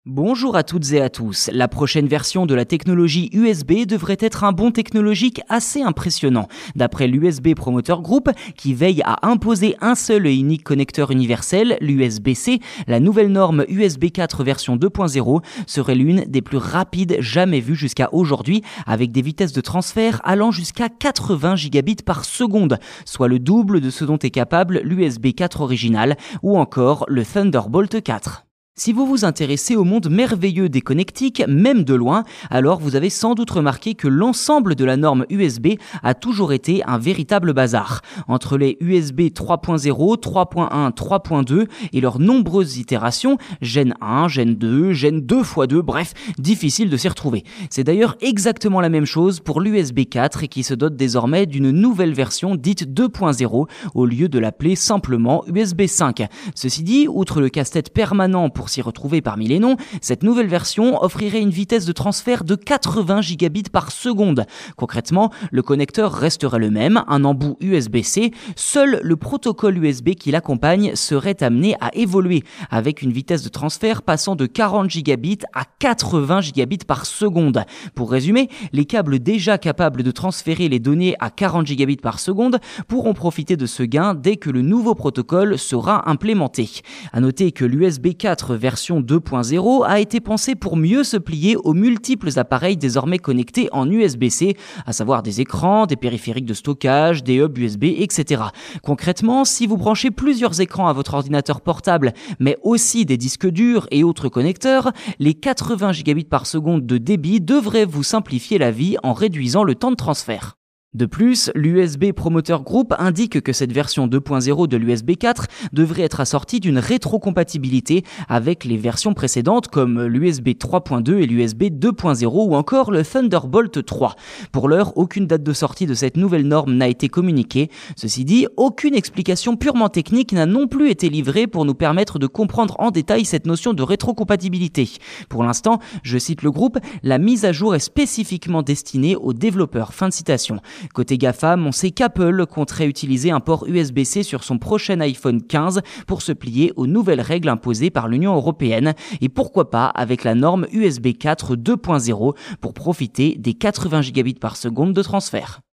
Bonjour à toutes et à tous. La prochaine version de la technologie USB devrait être un bond technologique assez impressionnant. D'après l'USB Promoter Group, qui veille à imposer un seul et unique connecteur universel, l'USB-C, la nouvelle norme USB 4 version 2.0 serait l'une des plus rapides jamais vues jusqu'à aujourd'hui, avec des vitesses de transfert allant jusqu'à 80 gigabits par seconde, soit le double de ce dont est capable l'USB 4 original ou encore le Thunderbolt 4. Si vous vous intéressez au monde merveilleux des connectiques, même de loin, alors vous avez sans doute remarqué que l'ensemble de la norme USB a toujours été un véritable bazar. Entre les USB 3.0, 3.1, 3.2 et leurs nombreuses itérations, Gen 1, Gen 2, Gen 2x2, bref, difficile de s'y retrouver. C'est d'ailleurs exactement la même chose pour l'USB 4 et qui se dote désormais d'une nouvelle version dite 2.0 au lieu de l'appeler simplement USB 5. Ceci dit, outre le casse-tête permanent pour s'y retrouver parmi les noms, cette nouvelle version offrirait une vitesse de transfert de 80 gigabits par seconde. Concrètement, le connecteur resterait le même, un embout USB-C, seul le protocole USB qui l'accompagne serait amené à évoluer, avec une vitesse de transfert passant de 40 gigabits à 80 gigabits par seconde. Pour résumer, les câbles déjà capables de transférer les données à 40 gigabits par seconde pourront profiter de ce gain dès que le nouveau protocole sera implémenté. À noter que l'USB 4 version 2.0 a été pensée pour mieux se plier aux multiples appareils désormais connectés en USB-C, à savoir des écrans, des périphériques de stockage, des hubs USB, etc. Concrètement, si vous branchez plusieurs écrans à votre ordinateur portable, mais aussi des disques durs et autres connecteurs, les 80 gigabits par seconde de débit devraient vous simplifier la vie en réduisant le temps de transfert. De plus, l'USB Promoter Group indique que cette version 2.0 de l'USB 4 devrait être assortie d'une rétrocompatibilité avec les versions précédentes comme l'USB 3.2 et l'USB 2.0 ou encore le Thunderbolt 3. Pour l'heure, aucune date de sortie de cette nouvelle norme n'a été communiquée. Ceci dit, aucune explication purement technique n'a non plus été livrée pour nous permettre de comprendre en détail cette notion de rétrocompatibilité. Pour l'instant, je cite le groupe, la mise à jour est spécifiquement destinée aux développeurs. Fin de citation. Côté GAFAM, on sait qu'Apple compterait utiliser un port USB-C sur son prochain iPhone 15 pour se plier aux nouvelles règles imposées par l'Union européenne et pourquoi pas avec la norme USB 4 2.0 pour profiter des 80 gigabits par seconde de transfert.